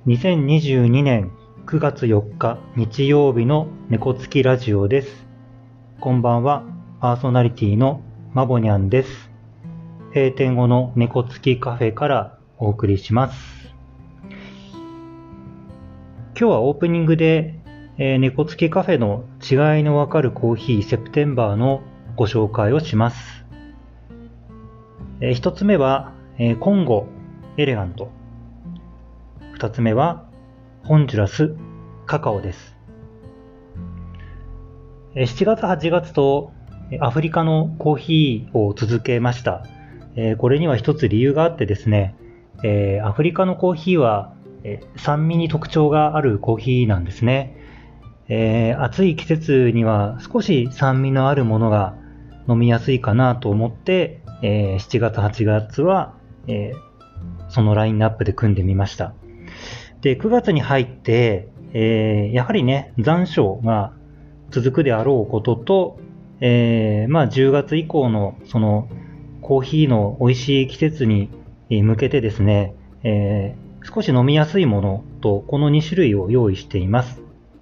2022年9月4日日曜日の猫つきラジオです。こんばんは、パーソナリティのまぼにゃんです。閉店後の猫つきカフェからお送りします。今日はオープニングで、猫つきカフェの違いのわかるコーヒーセプテンバーのご紹介をします。一つ目は、コンゴエレガント。二つ目はホンジュラスカカオです。7月8月とアフリカのコーヒーを続けました。これには一つ理由があってですね、アフリカのコーヒーは酸味に特徴があるコーヒーなんですね。暑い季節には少し酸味のあるものが飲みやすいかなと思って、7月8月は、そのラインナップで組んでみました。で、9月に入って、やはりね、残暑が続くであろうことと、10月以降のそのコーヒーの美味しい季節に向けてですね、少し飲みやすいものとこの2種類を用意しています。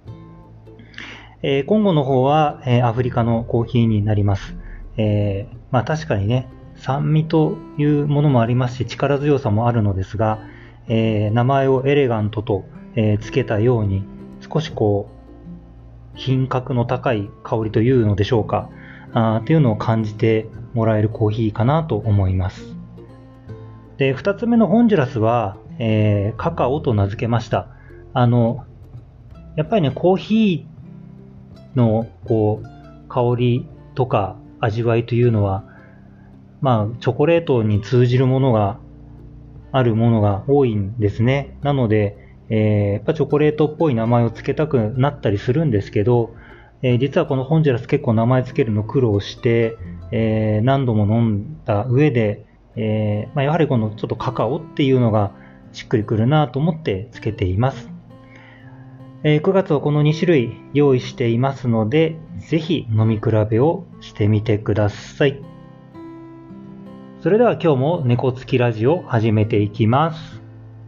コンゴの方は、アフリカのコーヒーになります。確かにね、酸味というものもありますし、力強さもあるのですが、名前をエレガントと、つけたように少し品格の高い香りというのでしょうか、っていうのを感じてもらえるコーヒーかなと思います。で、2つ目のホンジュラスは、カカオと名付けました。やっぱりね、コーヒーの香りとか味わいというのは、チョコレートに通じるものがあるものが多いんですね。なので、やっぱチョコレートっぽい名前を付けたくなったりするんですけど、実はこのホンジュラス結構名前付けるの苦労して、何度も飲んだ上で、やはりこのちょっとカカオっていうのがしっくりくるなと思って付けています。9月はこの2種類用意していますので、ぜひ飲み比べをしてみてください。それでは今日も猫つきラジオを始めていきます。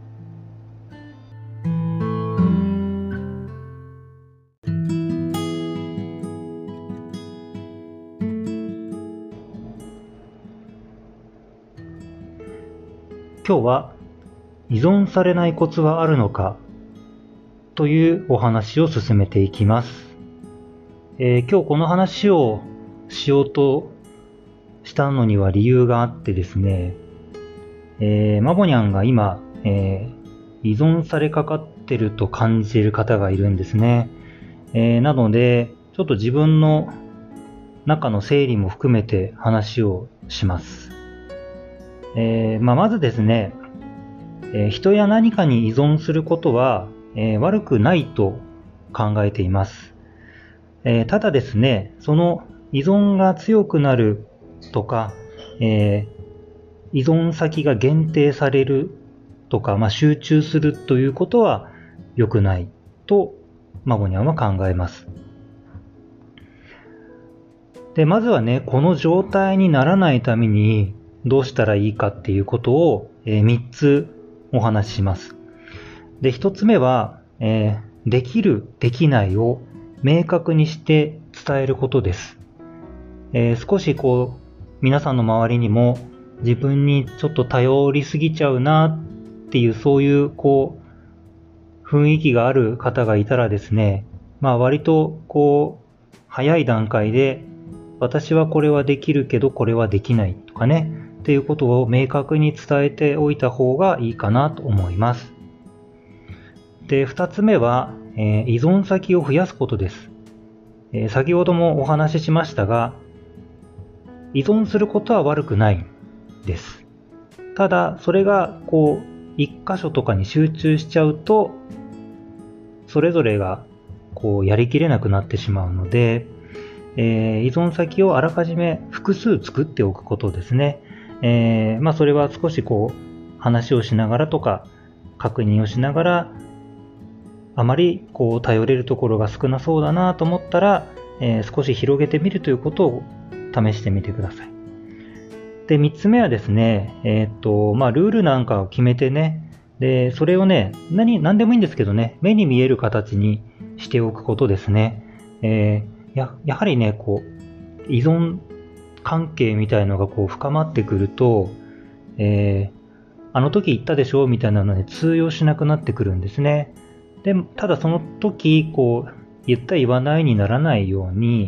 今日は依存されないコツはあるのかというお話を進めていきます。今日この話をしようとしたのには理由があってですね、マボニャンが今、依存されかかってると感じる方がいるんですね。なので、ちょっと自分の中の整理も含めて話をします。まずですね、人や何かに依存することは、悪くないと考えています。ただですね、その依存が強くなるとか、依存先が限定されるとか、集中するということは良くないとマボニャンは考えます。で、まずはね、この状態にならないためにどうしたらいいかっていうことを、3つお話しします。で、1つ目は、できる、できないを明確にして伝えることです。少し皆さんの周りにも自分にちょっと頼りすぎちゃうなっていうそういう雰囲気がある方がいたらですね、割と早い段階で私はこれはできるけどこれはできないとかねっていうことを明確に伝えておいた方がいいかなと思います。で、2つ目は、依存先を増やすことです。先ほどもお話ししましたが、依存することは悪くないです。ただ、それが一箇所とかに集中しちゃうと、それぞれがやりきれなくなってしまうので、依存先をあらかじめ複数作っておくことですね。それは少し話をしながらとか確認をしながら、あまり頼れるところが少なそうだなと思ったら、少し広げてみるということを試してみてください。で、3つ目はですね、ルールなんかを決めてね、 で、それをね、何でもいいんですけどね、目に見える形にしておくことですね。やはりね、こう、依存関係みたいのがこう深まってくると、あの時言ったでしょみたいなので通用しなくなってくるんですね。で、ただその時、こう、言った言わないにならないように、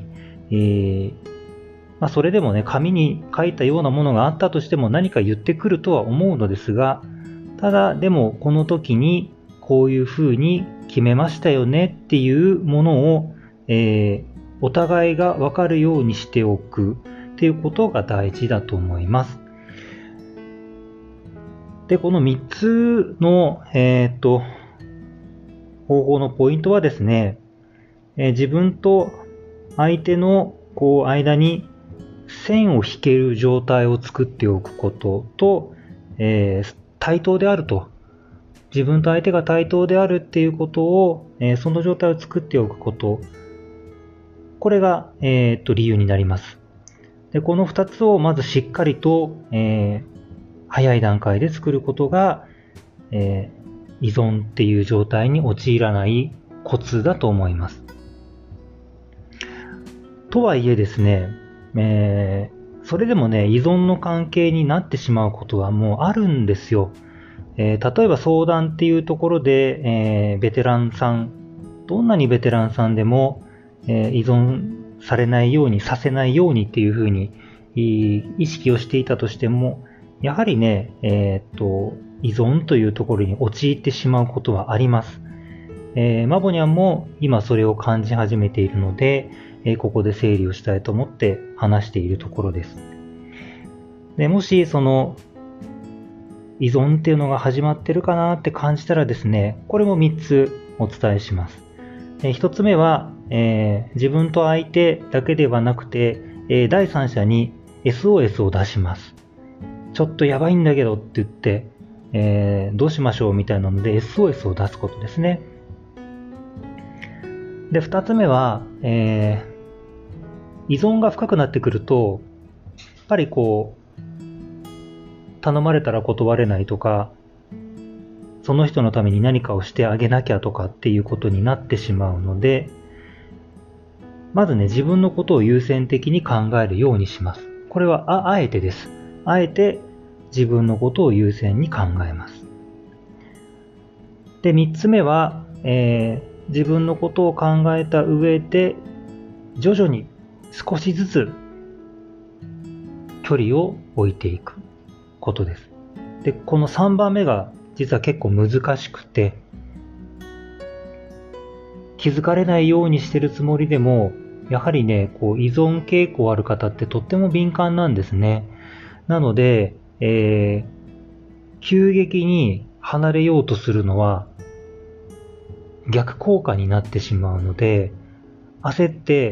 それでもね、紙に書いたようなものがあったとしても何か言ってくるとは思うのですが、ただでもこの時にこういうふうに決めましたよねっていうものを、お互いが分かるようにしておくっていうことが大事だと思います。で、この3つの、方法のポイントはですね、自分と相手のこう間に線を引ける状態を作っておくことと、対等であると。自分と相手が対等であるっていうことを、その状態を作っておくこと。これが、理由になります。で、この2つをまずしっかりと、早い段階で作ることが、依存っていう状態に陥らないコツだと思います。とはいえですね、それでもね、依存の関係になってしまうことはもうあるんですよ。例えば相談っていうところで、ベテランさん、どんなにベテランさんでも、依存されないように、させないようにっていうふうに意識をしていたとしても、やはりね、依存というところに陥ってしまうことはあります。マボニャンも今それを感じ始めているので、ここで整理をしたいと思って話しているところです。で、もしその依存っていうのが始まってるかなって感じたらですね、これも3つお伝えします。1つ目は、自分と相手だけではなくて、第三者に SOS を出します。ちょっとやばいんだけどって言って、どうしましょうみたいなので SOS を出すことですね。で、2つ目は、依存が深くなってくると、やっぱりこう、頼まれたら断れないとか、その人のために何かをしてあげなきゃとかっていうことになってしまうので、まずね、自分のことを優先的に考えるようにします。これはあえてです。あえて自分のことを優先に考えます。で、3つ目は、自分のことを考えた上で、徐々に少しずつ距離を置いていくことです。で、この3番目が実は結構難しくて、気づかれないようにしてるつもりでも、やはりね、こう依存傾向ある方ってとっても敏感なんですね。なので、急激に離れようとするのは逆効果になってしまうので、焦って、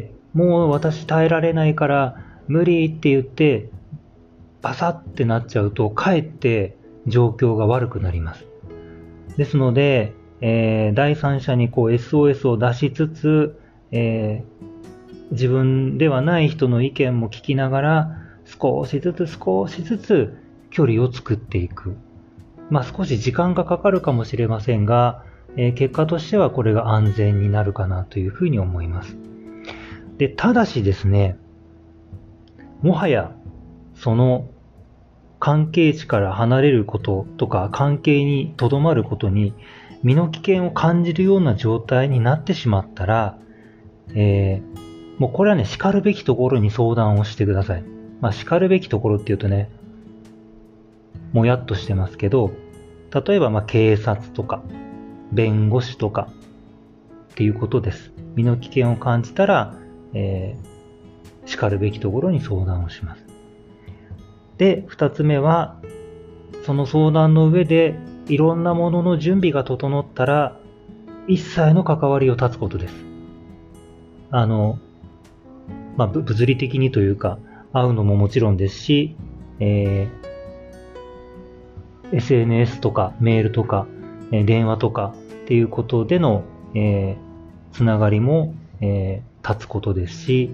もう私耐えられないから無理って言って、バサってなっちゃうと、かえって状況が悪くなります。ですので、第三者にこう SOS を出しつつ、自分ではない人の意見も聞きながら、少しずつ距離を作っていく。少し時間がかかるかもしれませんが、結果としてはこれが安全になるかなというふうに思います。で、ただしですね、もはやその関係値から離れることとか関係にとどまることに身の危険を感じるような状態になってしまったら、もうこれはね、叱るべきところに相談をしてください。叱るべきところっていうとね、もやっとしてますけど、例えば警察とか弁護士とかっていうことです。身の危険を感じたら、叱るべきところに相談をします。で、二つ目は、その相談の上でいろんなものの準備が整ったら、一切の関わりを断つことです。物理的にというか、会うのももちろんですし、SNS とかメールとか、電話とかっていうことでの、つながりも、断つことですし、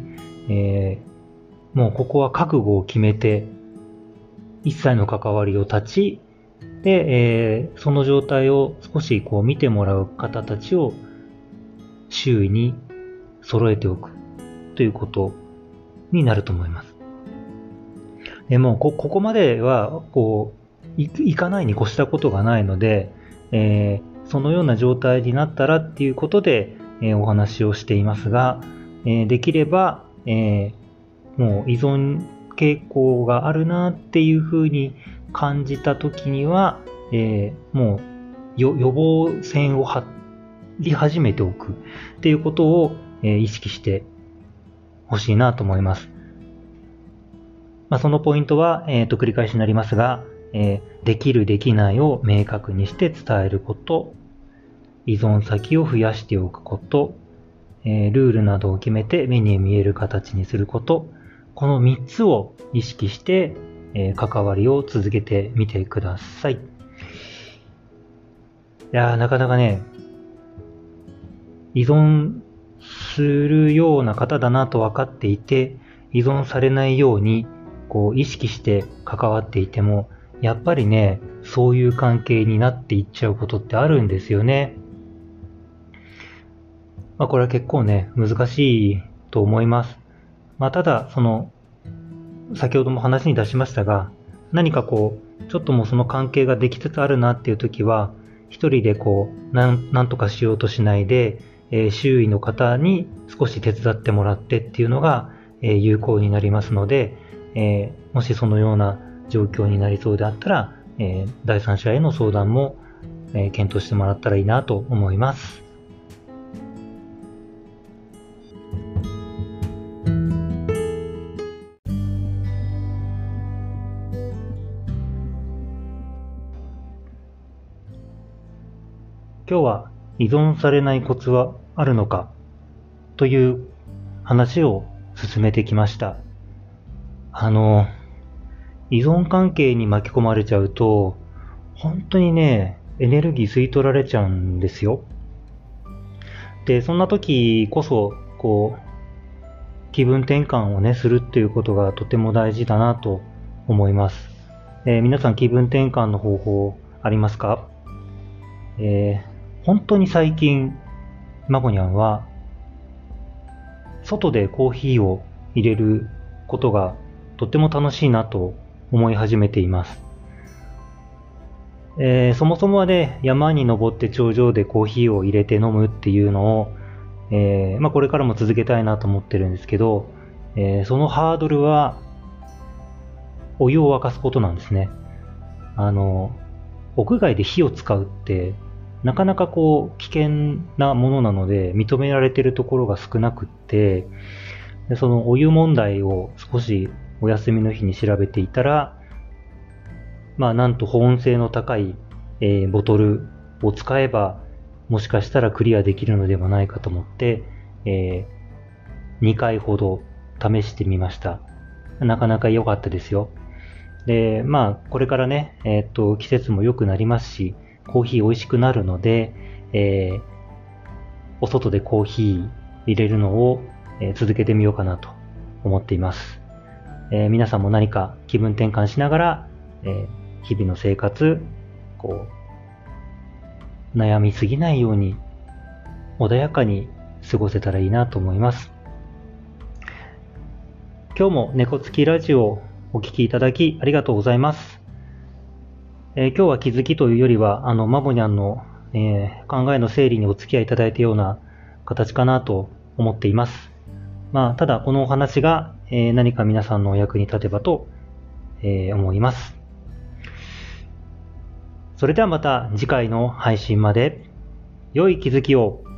もうここは覚悟を決めて、一切の関わりを断ち、 で、その状態を少しこう見てもらう方たちを周囲に揃えておくということになると思います。でもここまではこういかないに越したことがないので、そのような状態になったらっていうことで、お話をしていますが、できれば、もう依存傾向があるなっていうふうに感じたときには、もう予防線を張り始めておくっていうことを、意識してほしいなと思います。そのポイントは、繰り返しになりますが、できるできないを明確にして伝えること、依存先を増やしておくこと、ルールなどを決めて目に見える形にすること、この3つを意識して、関わりを続けてみてください。いやー、なかなかね、依存するような方だなと分かっていて、依存されないようにこう意識して関わっていても、やっぱりね、そういう関係になっていっちゃうことってあるんですよね。これは結構ね、難しいと思います。ただ、先ほども話に出しましたが、何かこう、ちょっともうその関係ができつつあるなっていう時は、一人でこう、なんとかしようとしないで、周囲の方に少し手伝ってもらってっていうのが、有効になりますので、もしそのような状況になりそうであったら、第三者への相談も、検討してもらったらいいなと思います。今日は依存されないコツはあるのかという話を進めてきました。依存関係に巻き込まれちゃうと、本当にね、エネルギー吸い取られちゃうんですよ。で、そんな時こそ、こう、気分転換をね、するっていうことがとても大事だなと思います。皆さん気分転換の方法ありますか？本当に最近、マボニャンは、外でコーヒーを入れることがとっても楽しいなと思い始めています。そもそもはね、山に登って頂上でコーヒーを入れて飲むっていうのを、これからも続けたいなと思ってるんですけど、そのハードルは、お湯を沸かすことなんですね。屋外で火を使うって、なかなかこう危険なものなので認められているところが少なくって、でそのお湯問題を少しお休みの日に調べていたら、なんと保温性の高い、ボトルを使えばもしかしたらクリアできるのではないかと思って、2回ほど試してみました。なかなか良かったですよ。で、これからね、季節も良くなりますし、コーヒー美味しくなるので、お外でコーヒー入れるのを、続けてみようかなと思っています。皆さんも何か気分転換しながら、日々の生活、悩みすぎないように穏やかに過ごせたらいいなと思います。今日も猫つきラジオをお聞きいただきありがとうございます。今日は気づきというよりは、マボニャンの、考えの整理にお付き合いいただいたような形かなと思っています。ただこのお話が、何か皆さんのお役に立てばと、思います。それではまた次回の配信まで良い気づきを。